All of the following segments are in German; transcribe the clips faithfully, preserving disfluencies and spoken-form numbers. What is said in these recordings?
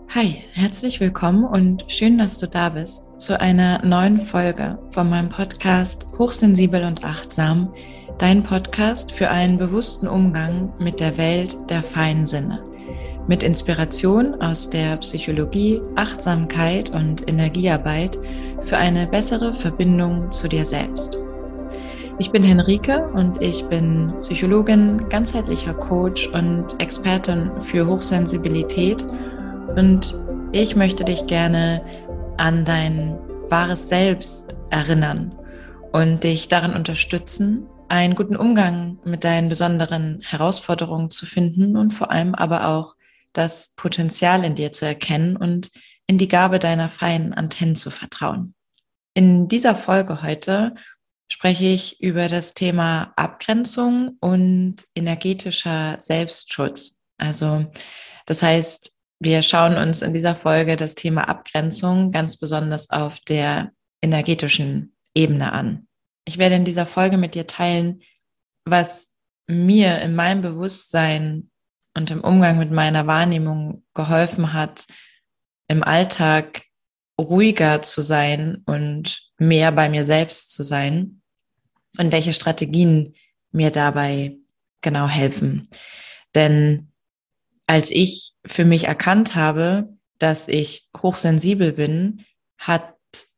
Hi, herzlich willkommen und schön, dass du da bist zu einer neuen Folge von meinem Podcast Hochsensibel und Achtsam, dein Podcast für einen bewussten Umgang mit der Welt der feinen Sinne, mit Inspiration aus der Psychologie, Achtsamkeit und Energiearbeit für eine bessere Verbindung zu dir selbst. Ich bin Henrike und ich bin Psychologin, ganzheitlicher Coach und Expertin für Hochsensibilität. Und ich möchte dich gerne an dein wahres Selbst erinnern und dich darin unterstützen, einen guten Umgang mit deinen besonderen Herausforderungen zu finden und vor allem aber auch das Potenzial in dir zu erkennen und in die Gabe deiner feinen Antennen zu vertrauen. In dieser Folge heute spreche ich über das Thema Abgrenzung und energetischer Selbstschutz. Also das heißt, wir schauen uns in dieser Folge das Thema Abgrenzung ganz besonders auf der energetischen Ebene an. Ich werde in dieser Folge mit dir teilen, was mir in meinem Bewusstsein und im Umgang mit meiner Wahrnehmung geholfen hat, im Alltag ruhiger zu sein und mehr bei mir selbst zu sein und welche Strategien mir dabei genau helfen. Denn als ich für mich erkannt habe, dass ich hochsensibel bin, hat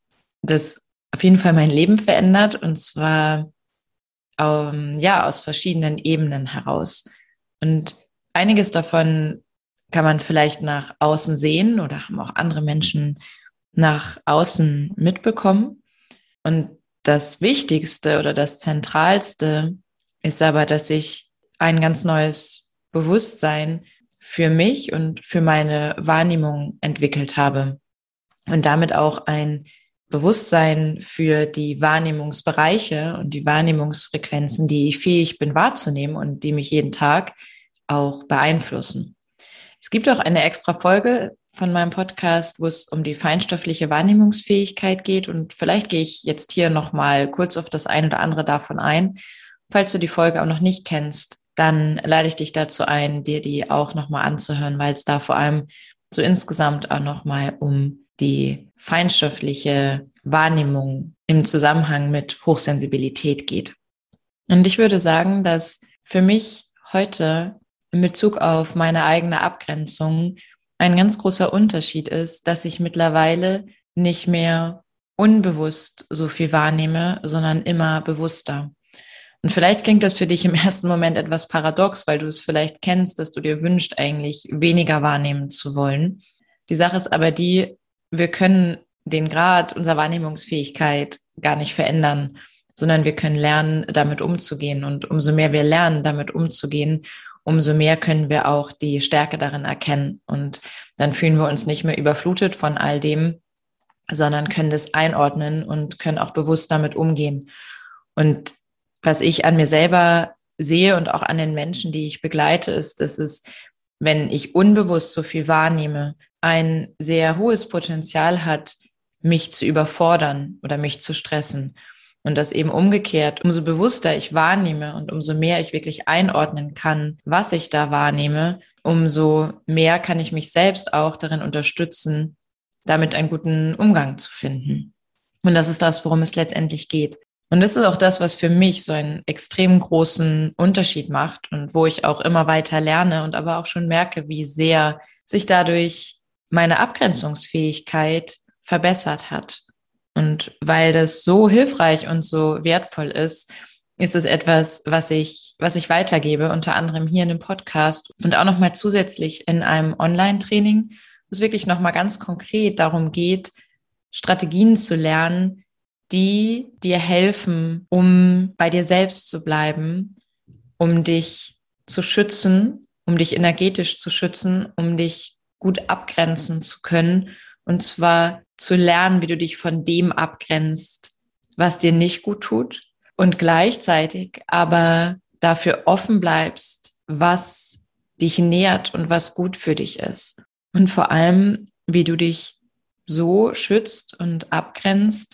das auf jeden Fall mein Leben verändert und zwar ähm, ja aus verschiedenen Ebenen heraus. Und einiges davon kann man vielleicht nach außen sehen oder haben auch andere Menschen nach außen mitbekommen. Und das Wichtigste oder das Zentralste ist aber, dass ich ein ganz neues Bewusstsein für mich und für meine Wahrnehmung entwickelt habe und damit auch ein Bewusstsein für die Wahrnehmungsbereiche und die Wahrnehmungsfrequenzen, die ich fähig bin wahrzunehmen und die mich jeden Tag auch beeinflussen. Es gibt auch eine extra Folge von meinem Podcast, wo es um die feinstoffliche Wahrnehmungsfähigkeit geht und vielleicht gehe ich jetzt hier nochmal kurz auf das ein oder andere davon ein. Falls du die Folge auch noch nicht kennst, dann lade ich dich dazu ein, dir die auch nochmal anzuhören, weil es da vor allem so insgesamt auch nochmal um die feinstoffliche Wahrnehmung im Zusammenhang mit Hochsensibilität geht. Und ich würde sagen, dass für mich heute in Bezug auf meine eigene Abgrenzung ein ganz großer Unterschied ist, dass ich mittlerweile nicht mehr unbewusst so viel wahrnehme, sondern immer bewusster. Und vielleicht klingt das für dich im ersten Moment etwas paradox, weil du es vielleicht kennst, dass du dir wünschst, eigentlich weniger wahrnehmen zu wollen. Die Sache ist aber die, wir können den Grad unserer Wahrnehmungsfähigkeit gar nicht verändern, sondern wir können lernen, damit umzugehen. Und umso mehr wir lernen, damit umzugehen, umso mehr können wir auch die Stärke darin erkennen. Und dann fühlen wir uns nicht mehr überflutet von all dem, sondern können das einordnen und können auch bewusst damit umgehen. Und was ich an mir selber sehe und auch an den Menschen, die ich begleite, ist, dass es, wenn ich unbewusst so viel wahrnehme, ein sehr hohes Potenzial hat, mich zu überfordern oder mich zu stressen. Und das eben umgekehrt, umso bewusster ich wahrnehme und umso mehr ich wirklich einordnen kann, was ich da wahrnehme, umso mehr kann ich mich selbst auch darin unterstützen, damit einen guten Umgang zu finden. Und das ist das, worum es letztendlich geht. Und das ist auch das, was für mich so einen extrem großen Unterschied macht und wo ich auch immer weiter lerne und aber auch schon merke, wie sehr sich dadurch meine Abgrenzungsfähigkeit verbessert hat. Und weil das so hilfreich und so wertvoll ist, ist es etwas, was ich, was ich weitergebe, unter anderem hier in dem Podcast und auch nochmal zusätzlich in einem Online-Training, wo es wirklich nochmal ganz konkret darum geht, Strategien zu lernen, die dir helfen, um bei dir selbst zu bleiben, um dich zu schützen, um dich energetisch zu schützen, um dich gut abgrenzen zu können. Und zwar zu lernen, wie du dich von dem abgrenzt, was dir nicht gut tut. Und gleichzeitig aber dafür offen bleibst, was dich nährt und was gut für dich ist. Und vor allem, wie du dich so schützt und abgrenzt,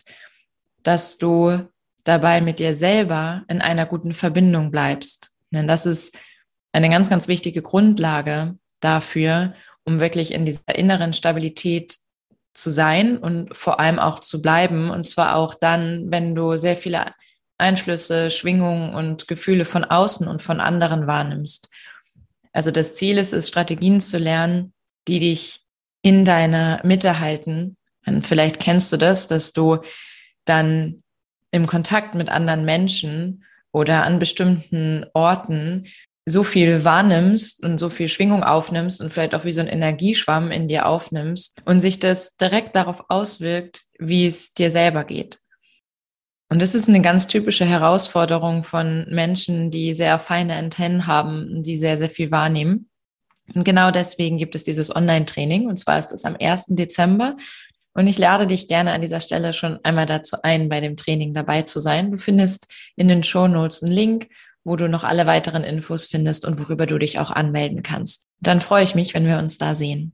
dass du dabei mit dir selber in einer guten Verbindung bleibst. Denn das ist eine ganz, ganz wichtige Grundlage dafür, um wirklich in dieser inneren Stabilität zu sein und vor allem auch zu bleiben. Und zwar auch dann, wenn du sehr viele Einflüsse, Schwingungen und Gefühle von außen und von anderen wahrnimmst. Also das Ziel ist es, Strategien zu lernen, die dich in deiner Mitte halten. Und vielleicht kennst du das, dass du dann im Kontakt mit anderen Menschen oder an bestimmten Orten so viel wahrnimmst und so viel Schwingung aufnimmst und vielleicht auch wie so ein Energieschwamm in dir aufnimmst und sich das direkt darauf auswirkt, wie es dir selber geht. Und das ist eine ganz typische Herausforderung von Menschen, die sehr feine Antennen haben, die sehr, sehr viel wahrnehmen. Und genau deswegen gibt es dieses Online-Training, und zwar ist es am ersten Dezember. Und ich lade dich gerne an dieser Stelle schon einmal dazu ein, bei dem Training dabei zu sein. Du findest in den Shownotes einen Link, wo du noch alle weiteren Infos findest und worüber du dich auch anmelden kannst. Dann freue ich mich, wenn wir uns da sehen.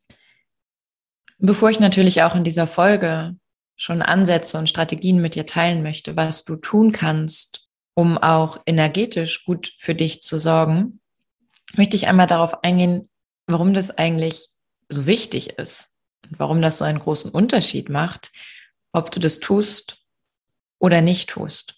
Bevor ich natürlich auch in dieser Folge schon Ansätze und Strategien mit dir teilen möchte, was du tun kannst, um auch energetisch gut für dich zu sorgen, möchte ich einmal darauf eingehen, warum das eigentlich so wichtig ist und warum das so einen großen Unterschied macht, ob du das tust oder nicht tust.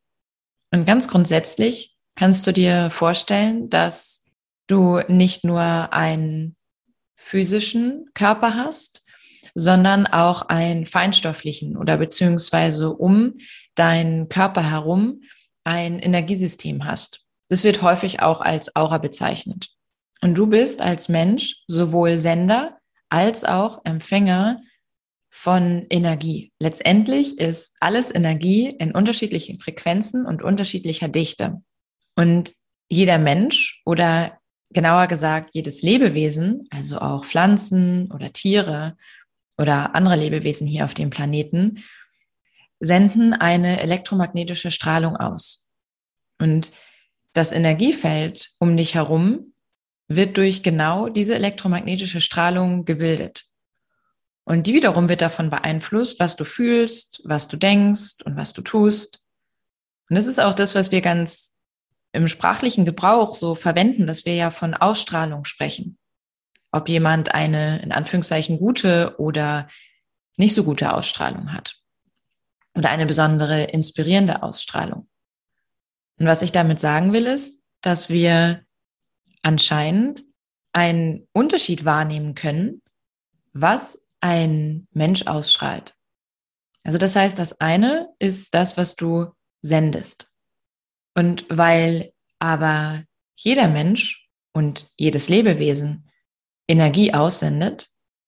Und ganz grundsätzlich kannst du dir vorstellen, dass du nicht nur einen physischen Körper hast, sondern auch einen feinstofflichen oder beziehungsweise um deinen Körper herum ein Energiesystem hast. Das wird häufig auch als Aura bezeichnet. Und du bist als Mensch sowohl Sender als auch Empfänger von Energie. Letztendlich ist alles Energie in unterschiedlichen Frequenzen und unterschiedlicher Dichte. Und jeder Mensch oder genauer gesagt jedes Lebewesen, also auch Pflanzen oder Tiere oder andere Lebewesen hier auf dem Planeten, senden eine elektromagnetische Strahlung aus. Und das Energiefeld um dich herum wird durch genau diese elektromagnetische Strahlung gebildet. Und die wiederum wird davon beeinflusst, was du fühlst, was du denkst und was du tust. Und das ist auch das, was wir ganz im sprachlichen Gebrauch so verwenden, dass wir ja von Ausstrahlung sprechen. Ob jemand eine, in Anführungszeichen, gute oder nicht so gute Ausstrahlung hat. Oder eine besondere inspirierende Ausstrahlung. Und was ich damit sagen will, ist, dass wir anscheinend einen Unterschied wahrnehmen können, was ein Mensch ausstrahlt. Also das heißt, das eine ist das, was du sendest. Und weil aber jeder Mensch und jedes Lebewesen Energie aussendet,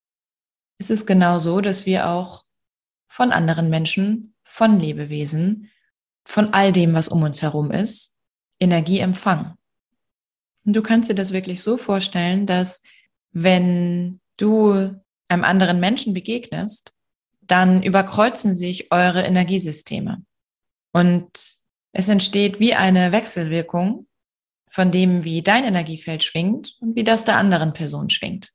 ist es genau so, dass wir auch von anderen Menschen, von Lebewesen, von all dem, was um uns herum ist, Energie empfangen. Und du kannst dir das wirklich so vorstellen, dass wenn du einem anderen Menschen begegnest, dann überkreuzen sich eure Energiesysteme. Und es entsteht wie eine Wechselwirkung von dem, wie dein Energiefeld schwingt und wie das der anderen Person schwingt.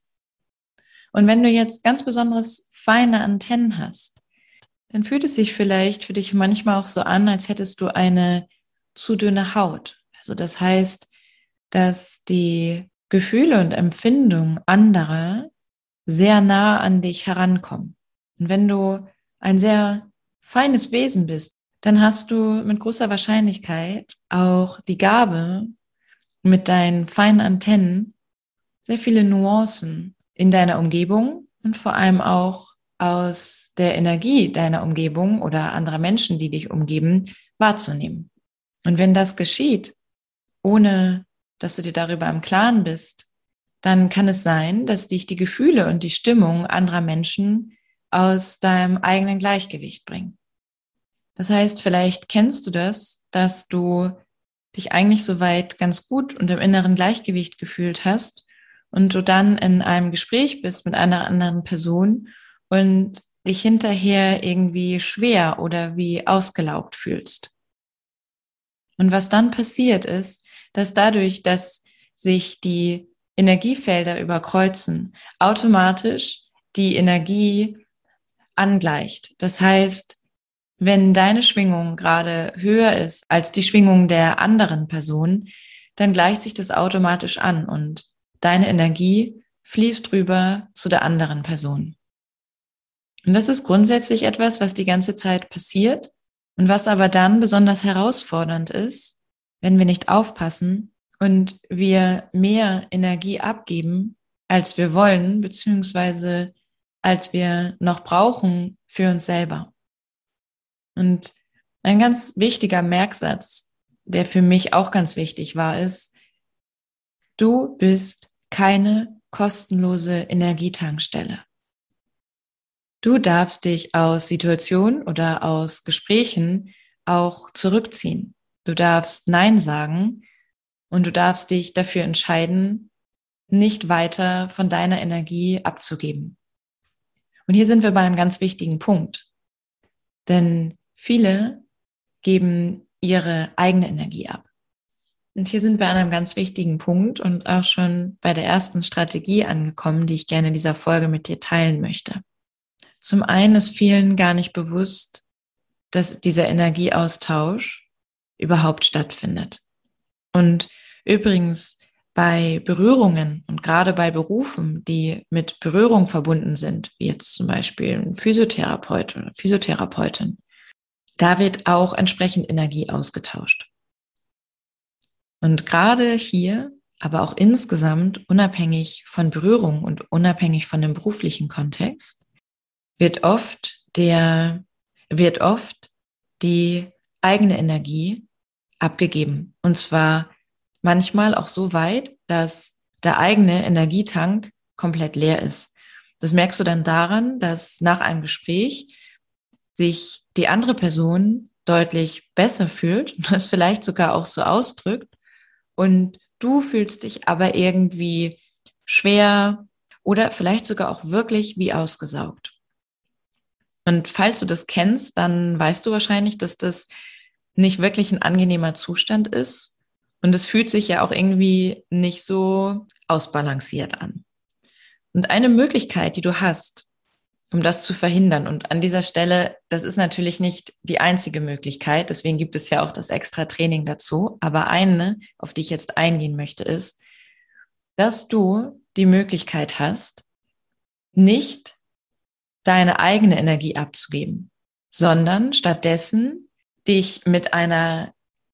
Und wenn du jetzt ganz besonderes feine Antennen hast, dann fühlt es sich vielleicht für dich manchmal auch so an, als hättest du eine zu dünne Haut. Also das heißt, dass die Gefühle und Empfindungen anderer sehr nah an dich herankommen. Und wenn du ein sehr feines Wesen bist, dann hast du mit großer Wahrscheinlichkeit auch die Gabe, mit deinen feinen Antennen sehr viele Nuancen in deiner Umgebung und vor allem auch aus der Energie deiner Umgebung oder anderer Menschen, die dich umgeben, wahrzunehmen. Und wenn das geschieht, ohne dass du dir darüber im Klaren bist, dann kann es sein, dass dich die Gefühle und die Stimmung anderer Menschen aus deinem eigenen Gleichgewicht bringen. Das heißt, vielleicht kennst du das, dass du dich eigentlich soweit ganz gut und im inneren Gleichgewicht gefühlt hast und du dann in einem Gespräch bist mit einer anderen Person und dich hinterher irgendwie schwer oder wie ausgelaugt fühlst. Und was dann passiert ist, dass dadurch, dass sich die Energiefelder überkreuzen, automatisch die Energie angleicht. Das heißt, wenn deine Schwingung gerade höher ist als die Schwingung der anderen Person, dann gleicht sich das automatisch an und deine Energie fließt rüber zu der anderen Person. Und das ist grundsätzlich etwas, was die ganze Zeit passiert und was aber dann besonders herausfordernd ist, wenn wir nicht aufpassen und wir mehr Energie abgeben, als wir wollen, beziehungsweise als wir noch brauchen für uns selber. Und ein ganz wichtiger Merksatz, der für mich auch ganz wichtig war, ist: Du bist keine kostenlose Energietankstelle. Du darfst dich aus Situationen oder aus Gesprächen auch zurückziehen. Du darfst Nein sagen und du darfst dich dafür entscheiden, nicht weiter von deiner Energie abzugeben. Und hier sind wir bei einem ganz wichtigen Punkt. Denn viele geben ihre eigene Energie ab. Und hier sind wir an einem ganz wichtigen Punkt und auch schon bei der ersten Strategie angekommen, die ich gerne in dieser Folge mit dir teilen möchte. Zum einen ist vielen gar nicht bewusst, dass dieser Energieaustausch überhaupt stattfindet. Und übrigens bei Berührungen und gerade bei Berufen, die mit Berührung verbunden sind, wie jetzt zum Beispiel ein Physiotherapeut oder Physiotherapeutin, da wird auch entsprechend Energie ausgetauscht. Und gerade hier, aber auch insgesamt, unabhängig von Berührung und unabhängig von dem beruflichen Kontext, wird oft der, wird oft die eigene Energie abgegeben. Und zwar manchmal auch so weit, dass der eigene Energietank komplett leer ist. Das merkst du dann daran, dass nach einem Gespräch sich die andere Person deutlich besser fühlt und das vielleicht sogar auch so ausdrückt und du fühlst dich aber irgendwie schwer oder vielleicht sogar auch wirklich wie ausgesaugt. Und falls du das kennst, dann weißt du wahrscheinlich, dass das nicht wirklich ein angenehmer Zustand ist und es fühlt sich ja auch irgendwie nicht so ausbalanciert an. Und eine Möglichkeit, die du hast, um das zu verhindern, und an dieser Stelle, das ist natürlich nicht die einzige Möglichkeit, deswegen gibt es ja auch das extra Training dazu, aber eine, auf die ich jetzt eingehen möchte, ist, dass du die Möglichkeit hast, nicht deine eigene Energie abzugeben, sondern stattdessen dich mit einer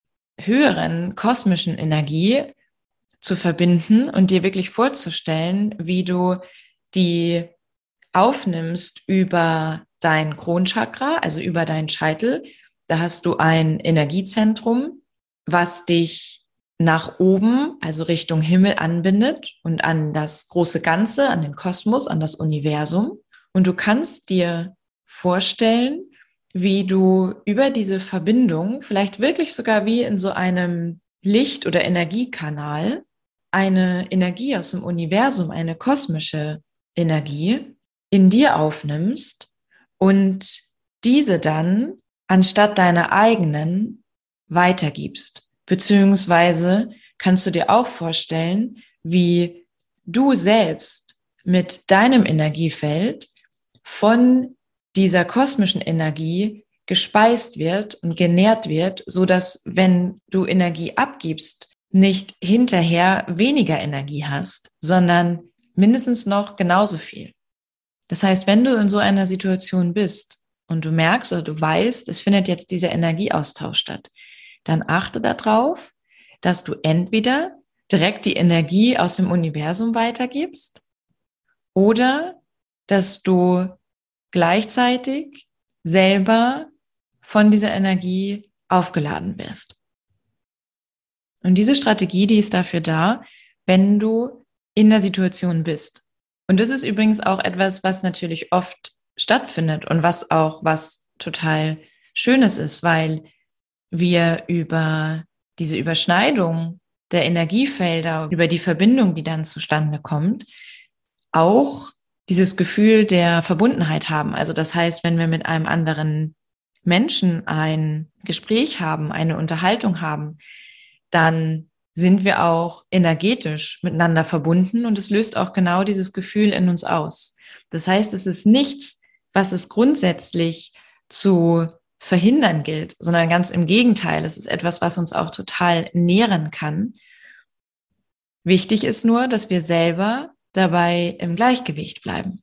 höheren kosmischen Energie zu verbinden und dir wirklich vorzustellen, wie du die aufnimmst über dein Kronchakra, also über deinen Scheitel. Da hast du ein Energiezentrum, was dich nach oben, also Richtung Himmel anbindet und an das große Ganze, an den Kosmos, an das Universum. Und du kannst dir vorstellen, wie du über diese Verbindung, vielleicht wirklich sogar wie in so einem Licht- oder Energiekanal, eine Energie aus dem Universum, eine kosmische Energie, in dir aufnimmst und diese dann anstatt deiner eigenen weitergibst. Beziehungsweise kannst du dir auch vorstellen, wie du selbst mit deinem Energiefeld von dieser kosmischen Energie gespeist wird und genährt wird, so dass, wenn du Energie abgibst, nicht hinterher weniger Energie hast, sondern mindestens noch genauso viel. Das heißt, wenn du in so einer Situation bist und du merkst oder du weißt, es findet jetzt dieser Energieaustausch statt, dann achte darauf, dass du entweder direkt die Energie aus dem Universum weitergibst oder dass du gleichzeitig selber von dieser Energie aufgeladen wirst. Und diese Strategie, die ist dafür da, wenn du in der Situation bist. Und das ist übrigens auch etwas, was natürlich oft stattfindet und was auch was total Schönes ist, weil wir über diese Überschneidung der Energiefelder, über die Verbindung, die dann zustande kommt, auch dieses Gefühl der Verbundenheit haben. Also das heißt, wenn wir mit einem anderen Menschen ein Gespräch haben, eine Unterhaltung haben, dann sind wir auch energetisch miteinander verbunden und es löst auch genau dieses Gefühl in uns aus. Das heißt, es ist nichts, was es grundsätzlich zu verhindern gilt, sondern ganz im Gegenteil. Es ist etwas, was uns auch total nähren kann. Wichtig ist nur, dass wir selber dabei im Gleichgewicht bleiben.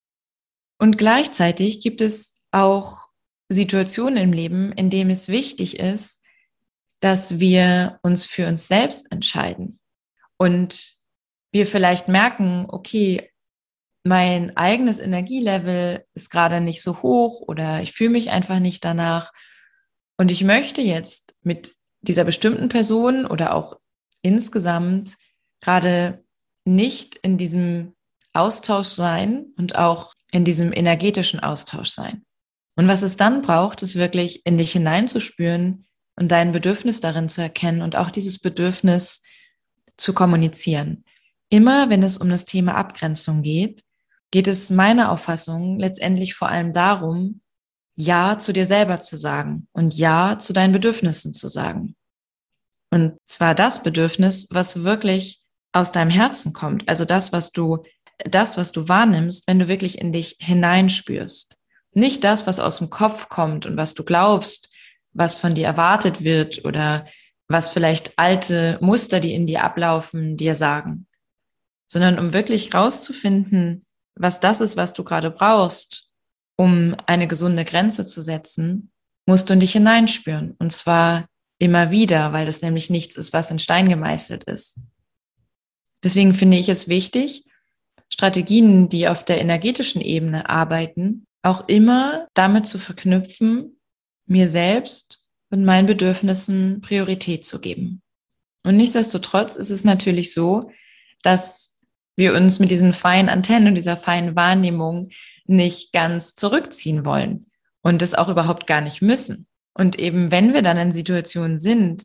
Und gleichzeitig gibt es auch Situationen im Leben, in denen es wichtig ist, dass wir uns für uns selbst entscheiden und wir vielleicht merken, okay, mein eigenes Energielevel ist gerade nicht so hoch oder ich fühle mich einfach nicht danach und ich möchte jetzt mit dieser bestimmten Person oder auch insgesamt gerade nicht in diesem Austausch sein und auch in diesem energetischen Austausch sein. Und was es dann braucht, ist wirklich in dich hineinzuspüren und dein Bedürfnis darin zu erkennen und auch dieses Bedürfnis zu kommunizieren. Immer wenn es um das Thema Abgrenzung geht, geht es meiner Auffassung letztendlich vor allem darum, Ja zu dir selber zu sagen und Ja zu deinen Bedürfnissen zu sagen. Und zwar das Bedürfnis, was wirklich aus deinem Herzen kommt, also das, was du, das, was du wahrnimmst, wenn du wirklich in dich hineinspürst. Nicht das, was aus dem Kopf kommt und was du glaubst, was von dir erwartet wird oder was vielleicht alte Muster, die in dir ablaufen, dir sagen, sondern um wirklich rauszufinden, was das ist, was du gerade brauchst, um eine gesunde Grenze zu setzen, musst du in dich hineinspüren. Und zwar immer wieder, weil das nämlich nichts ist, was in Stein gemeißelt ist. Deswegen finde ich es wichtig, Strategien, die auf der energetischen Ebene arbeiten, auch immer damit zu verknüpfen, mir selbst und meinen Bedürfnissen Priorität zu geben. Und nichtsdestotrotz ist es natürlich so, dass wir uns mit diesen feinen Antennen und dieser feinen Wahrnehmung nicht ganz zurückziehen wollen und das auch überhaupt gar nicht müssen. Und eben wenn wir dann in Situationen sind,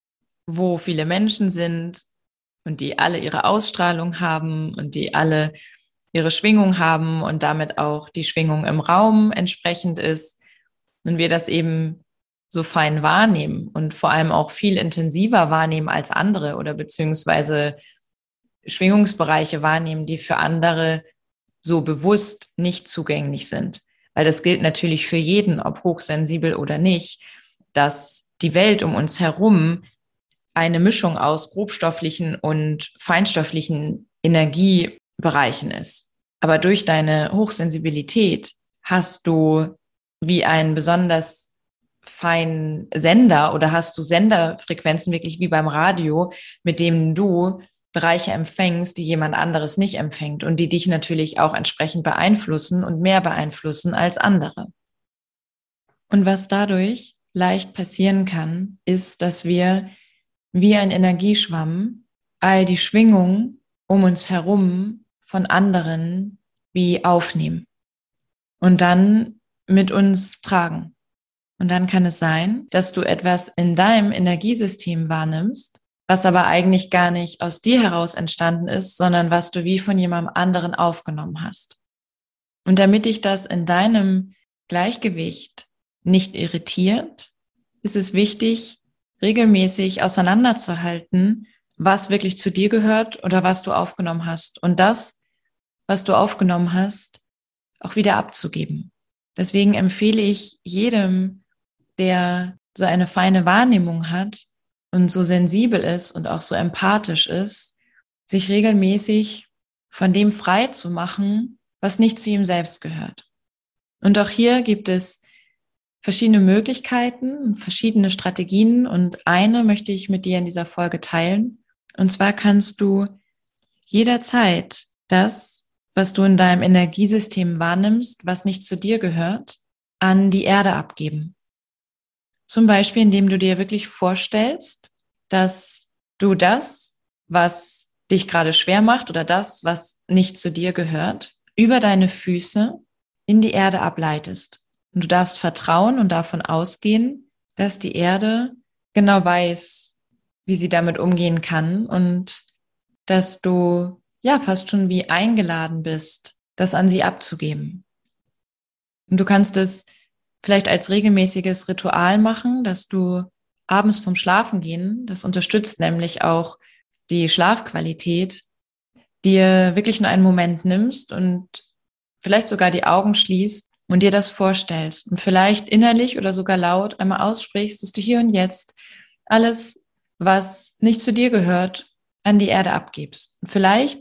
wo viele Menschen sind und die alle ihre Ausstrahlung haben und die alle ihre Schwingung haben und damit auch die Schwingung im Raum entsprechend ist und wir das eben so fein wahrnehmen und vor allem auch viel intensiver wahrnehmen als andere oder beziehungsweise Schwingungsbereiche wahrnehmen, die für andere so bewusst nicht zugänglich sind. Weil das gilt natürlich für jeden, ob hochsensibel oder nicht, dass die Welt um uns herum eine Mischung aus grobstofflichen und feinstofflichen Energiebereichen ist. Aber durch deine Hochsensibilität hast du wie einen besonders feinen Sender oder hast du Senderfrequenzen wirklich wie beim Radio, mit denen du Bereiche empfängst, die jemand anderes nicht empfängt und die dich natürlich auch entsprechend beeinflussen und mehr beeinflussen als andere. Und was dadurch leicht passieren kann, ist, dass wir wie ein Energieschwamm all die Schwingungen um uns herum von anderen wie aufnehmen und dann mit uns tragen. Und dann kann es sein, dass du etwas in deinem Energiesystem wahrnimmst, was aber eigentlich gar nicht aus dir heraus entstanden ist, sondern was du wie von jemandem anderen aufgenommen hast. Und damit dich das in deinem Gleichgewicht nicht irritiert, ist es wichtig, regelmäßig auseinanderzuhalten, was wirklich zu dir gehört oder was du aufgenommen hast. Und das, was du aufgenommen hast, auch wieder abzugeben. Deswegen empfehle ich jedem, der so eine feine Wahrnehmung hat und so sensibel ist und auch so empathisch ist, sich regelmäßig von dem frei zu machen, was nicht zu ihm selbst gehört. Und auch hier gibt es verschiedene Möglichkeiten, verschiedene Strategien und eine möchte ich mit dir in dieser Folge teilen. Und zwar kannst du jederzeit das, was du in deinem Energiesystem wahrnimmst, was nicht zu dir gehört, an die Erde abgeben. Zum Beispiel, indem du dir wirklich vorstellst, dass du das, was dich gerade schwer macht oder das, was nicht zu dir gehört, über deine Füße in die Erde ableitest. Und du darfst vertrauen und davon ausgehen, dass die Erde genau weiß, wie sie damit umgehen kann und dass du ja fast schon wie eingeladen bist, das an sie abzugeben. Und du kannst es vielleicht als regelmäßiges Ritual machen, dass du abends vom Schlafengehen, das unterstützt nämlich auch die Schlafqualität, dir wirklich nur einen Moment nimmst und vielleicht sogar die Augen schließt und dir das vorstellst und vielleicht innerlich oder sogar laut einmal aussprichst, dass du hier und jetzt alles, was nicht zu dir gehört, an die Erde abgibst. Und vielleicht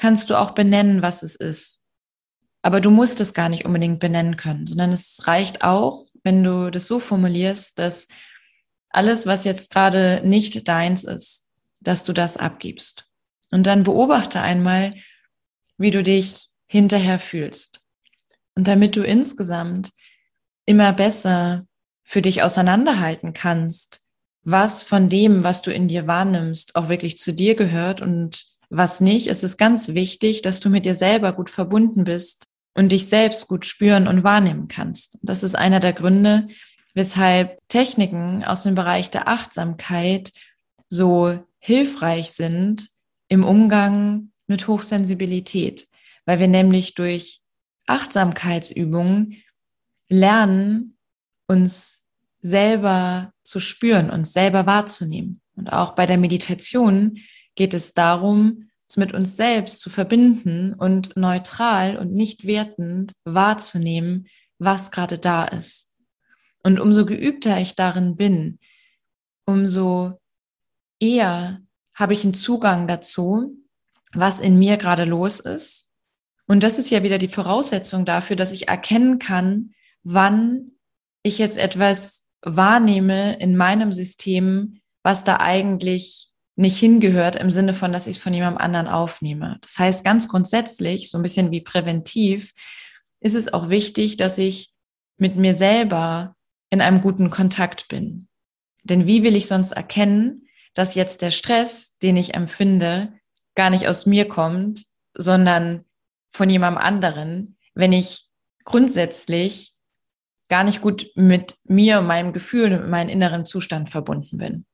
kannst du auch benennen, was es ist. Aber du musst es gar nicht unbedingt benennen können, sondern es reicht auch, wenn du das so formulierst, dass alles, was jetzt gerade nicht deins ist, dass du das abgibst. Und dann beobachte einmal, wie du dich hinterher fühlst. Und damit du insgesamt immer besser für dich auseinanderhalten kannst, was von dem, was du in dir wahrnimmst, auch wirklich zu dir gehört und was nicht, ist es ganz wichtig, dass du mit dir selber gut verbunden bist und dich selbst gut spüren und wahrnehmen kannst. Das ist einer der Gründe, weshalb Techniken aus dem Bereich der Achtsamkeit so hilfreich sind im Umgang mit Hochsensibilität, weil wir nämlich durch Achtsamkeitsübungen lernen, uns selber zu spüren, uns selber wahrzunehmen. Und auch bei der Meditation geht es darum, uns mit uns selbst zu verbinden und neutral und nicht wertend wahrzunehmen, was gerade da ist. Und umso geübter ich darin bin, umso eher habe ich einen Zugang dazu, was in mir gerade los ist. Und das ist ja wieder die Voraussetzung dafür, dass ich erkennen kann, wann ich jetzt etwas wahrnehme in meinem System, was da eigentlich nicht hingehört, im Sinne von, dass ich es von jemandem anderen aufnehme. Das heißt, ganz grundsätzlich, so ein bisschen wie präventiv, ist es auch wichtig, dass ich mit mir selber in einem guten Kontakt bin. Denn wie will ich sonst erkennen, dass jetzt der Stress, den ich empfinde, gar nicht aus mir kommt, sondern von jemandem anderen, wenn ich grundsätzlich gar nicht gut mit mir und meinem Gefühl und mit meinem inneren Zustand verbunden bin.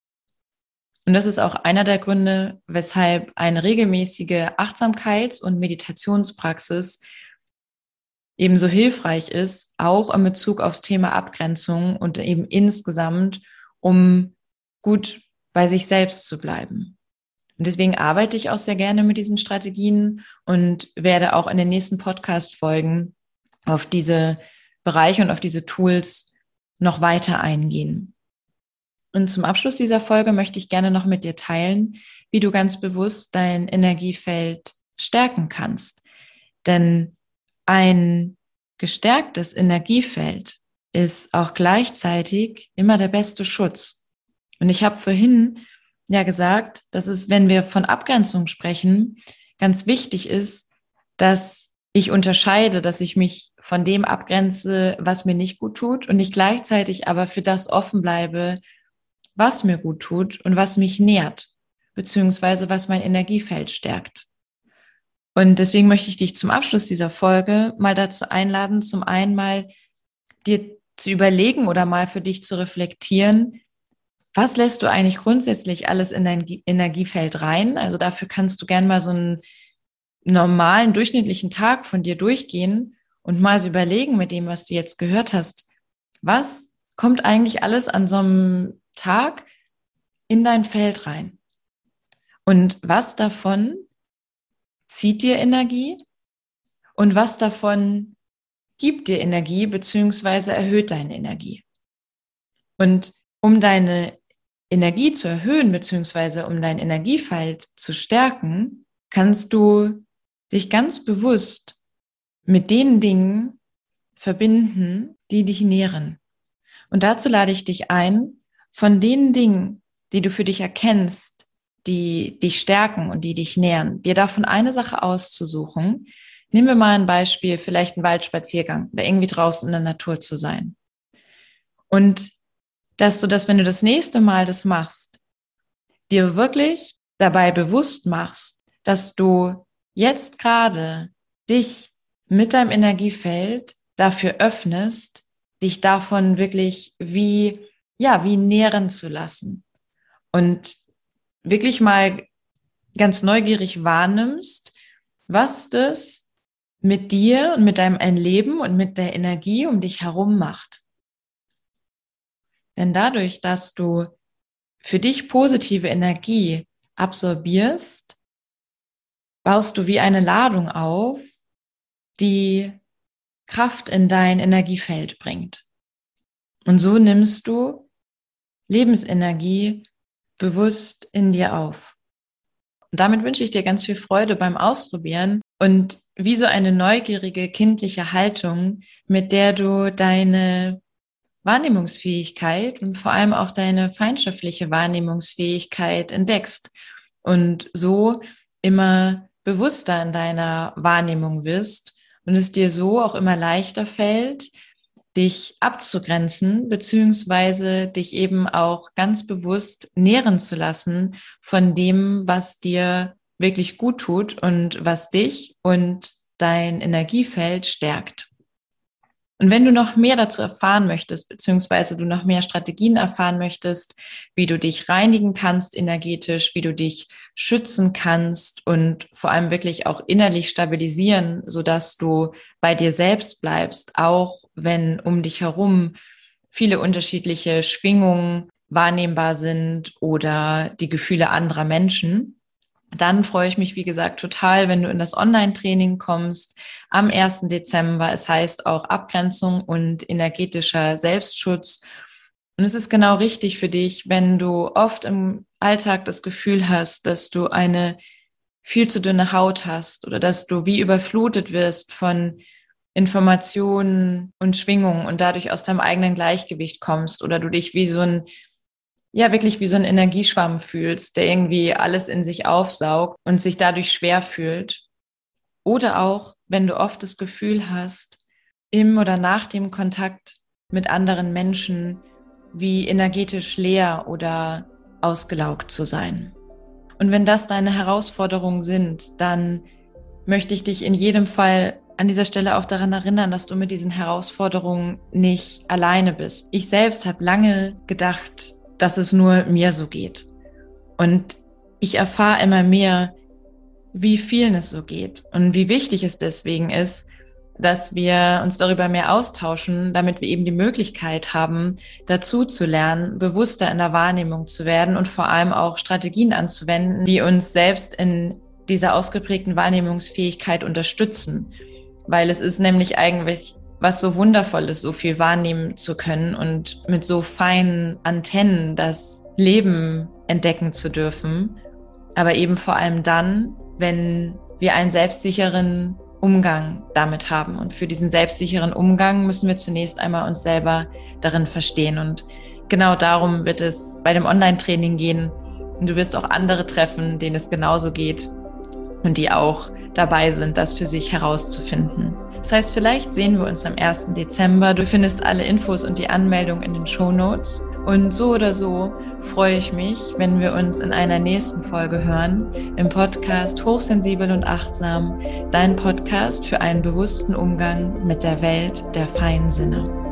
Und das ist auch einer der Gründe, weshalb eine regelmäßige Achtsamkeits- und Meditationspraxis ebenso hilfreich ist, auch in Bezug aufs Thema Abgrenzung und eben insgesamt, um gut bei sich selbst zu bleiben. Und deswegen arbeite ich auch sehr gerne mit diesen Strategien und werde auch in den nächsten Podcast-Folgen auf diese Bereiche und auf diese Tools noch weiter eingehen. Und zum Abschluss dieser Folge möchte ich gerne noch mit dir teilen, wie du ganz bewusst dein Energiefeld stärken kannst. Denn ein gestärktes Energiefeld ist auch gleichzeitig immer der beste Schutz. Und ich habe vorhin ja gesagt, dass es, wenn wir von Abgrenzung sprechen, ganz wichtig ist, dass ich unterscheide, dass ich mich von dem abgrenze, was mir nicht gut tut und ich gleichzeitig aber für das offen bleibe, was mir gut tut und was mich nährt, beziehungsweise was mein Energiefeld stärkt. Und deswegen möchte ich dich zum Abschluss dieser Folge mal dazu einladen, zum einen mal dir zu überlegen oder mal für dich zu reflektieren, was lässt du eigentlich grundsätzlich alles in dein Energiefeld rein? Also dafür kannst du gerne mal so einen normalen, durchschnittlichen Tag von dir durchgehen und mal so überlegen mit dem, was du jetzt gehört hast. Was kommt eigentlich alles an so einem Tag in dein Feld rein? Und was davon zieht dir Energie? Und was davon gibt dir Energie beziehungsweise erhöht deine Energie? Und um deine Energie zu erhöhen, beziehungsweise um dein Energiefeld zu stärken, kannst du dich ganz bewusst mit den Dingen verbinden, die dich nähren. Und dazu lade ich dich ein, von den Dingen, die du für dich erkennst, die dich stärken und die dich nähren, dir davon eine Sache auszusuchen. Nehmen wir mal ein Beispiel, vielleicht einen Waldspaziergang oder irgendwie draußen in der Natur zu sein. Und dass du das, wenn du das nächste Mal das machst, dir wirklich dabei bewusst machst, dass du jetzt gerade dich mit deinem Energiefeld dafür öffnest, dich davon wirklich wie, ja, wie nähren zu lassen und wirklich mal ganz neugierig wahrnimmst, was das mit dir und mit deinem Leben und mit der Energie um dich herum macht. Denn dadurch, dass du für dich positive Energie absorbierst, baust du wie eine Ladung auf, die Kraft in dein Energiefeld bringt. Und so nimmst du Lebensenergie bewusst in dir auf. Und damit wünsche ich dir ganz viel Freude beim Ausprobieren und wie so eine neugierige, kindliche Haltung, mit der du deine Wahrnehmungsfähigkeit und vor allem auch deine feinstoffliche Wahrnehmungsfähigkeit entdeckst und so immer bewusster in deiner Wahrnehmung wirst und es dir so auch immer leichter fällt, dich abzugrenzen, beziehungsweise dich eben auch ganz bewusst nähren zu lassen von dem, was dir wirklich gut tut und was dich und dein Energiefeld stärkt. Und wenn du noch mehr dazu erfahren möchtest, beziehungsweise du noch mehr Strategien erfahren möchtest, wie du dich reinigen kannst energetisch, wie du dich schützen kannst und vor allem wirklich auch innerlich stabilisieren, sodass du bei dir selbst bleibst, auch wenn um dich herum viele unterschiedliche Schwingungen wahrnehmbar sind oder die Gefühle anderer Menschen, dann freue ich mich, wie gesagt, total, wenn du in das Online-Training kommst am ersten Dezember. Es heißt auch Abgrenzung und energetischer Selbstschutz. Und es ist genau richtig für dich, wenn du oft im Alltag das Gefühl hast, dass du eine viel zu dünne Haut hast oder dass du wie überflutet wirst von Informationen und Schwingungen und dadurch aus deinem eigenen Gleichgewicht kommst oder du dich wie so ein ja wirklich wie so ein Energieschwamm fühlst, der irgendwie alles in sich aufsaugt und sich dadurch schwer fühlt. Oder auch, wenn du oft das Gefühl hast, im oder nach dem Kontakt mit anderen Menschen wie energetisch leer oder ausgelaugt zu sein. Und wenn das deine Herausforderungen sind, dann möchte ich dich in jedem Fall an dieser Stelle auch daran erinnern, dass du mit diesen Herausforderungen nicht alleine bist. Ich selbst habe lange gedacht, dass es nur mir so geht. Und ich erfahre immer mehr, wie vielen es so geht und wie wichtig es deswegen ist, dass wir uns darüber mehr austauschen, damit wir eben die Möglichkeit haben, dazu zu lernen, bewusster in der Wahrnehmung zu werden und vor allem auch Strategien anzuwenden, die uns selbst in dieser ausgeprägten Wahrnehmungsfähigkeit unterstützen. Weil es ist nämlich eigentlich was so wundervoll ist, so viel wahrnehmen zu können und mit so feinen Antennen das Leben entdecken zu dürfen. Aber eben vor allem dann, wenn wir einen selbstsicheren Umgang damit haben. Und für diesen selbstsicheren Umgang müssen wir zunächst einmal uns selber darin verstehen. Und genau darum wird es bei dem Online-Training gehen. Und du wirst auch andere treffen, denen es genauso geht und die auch dabei sind, das für sich herauszufinden. Das heißt, vielleicht sehen wir uns am ersten Dezember. Du findest alle Infos und die Anmeldung in den Shownotes. Und so oder so freue ich mich, wenn wir uns in einer nächsten Folge hören, im Podcast Hochsensibel und Achtsam, dein Podcast für einen bewussten Umgang mit der Welt der feinen Sinne.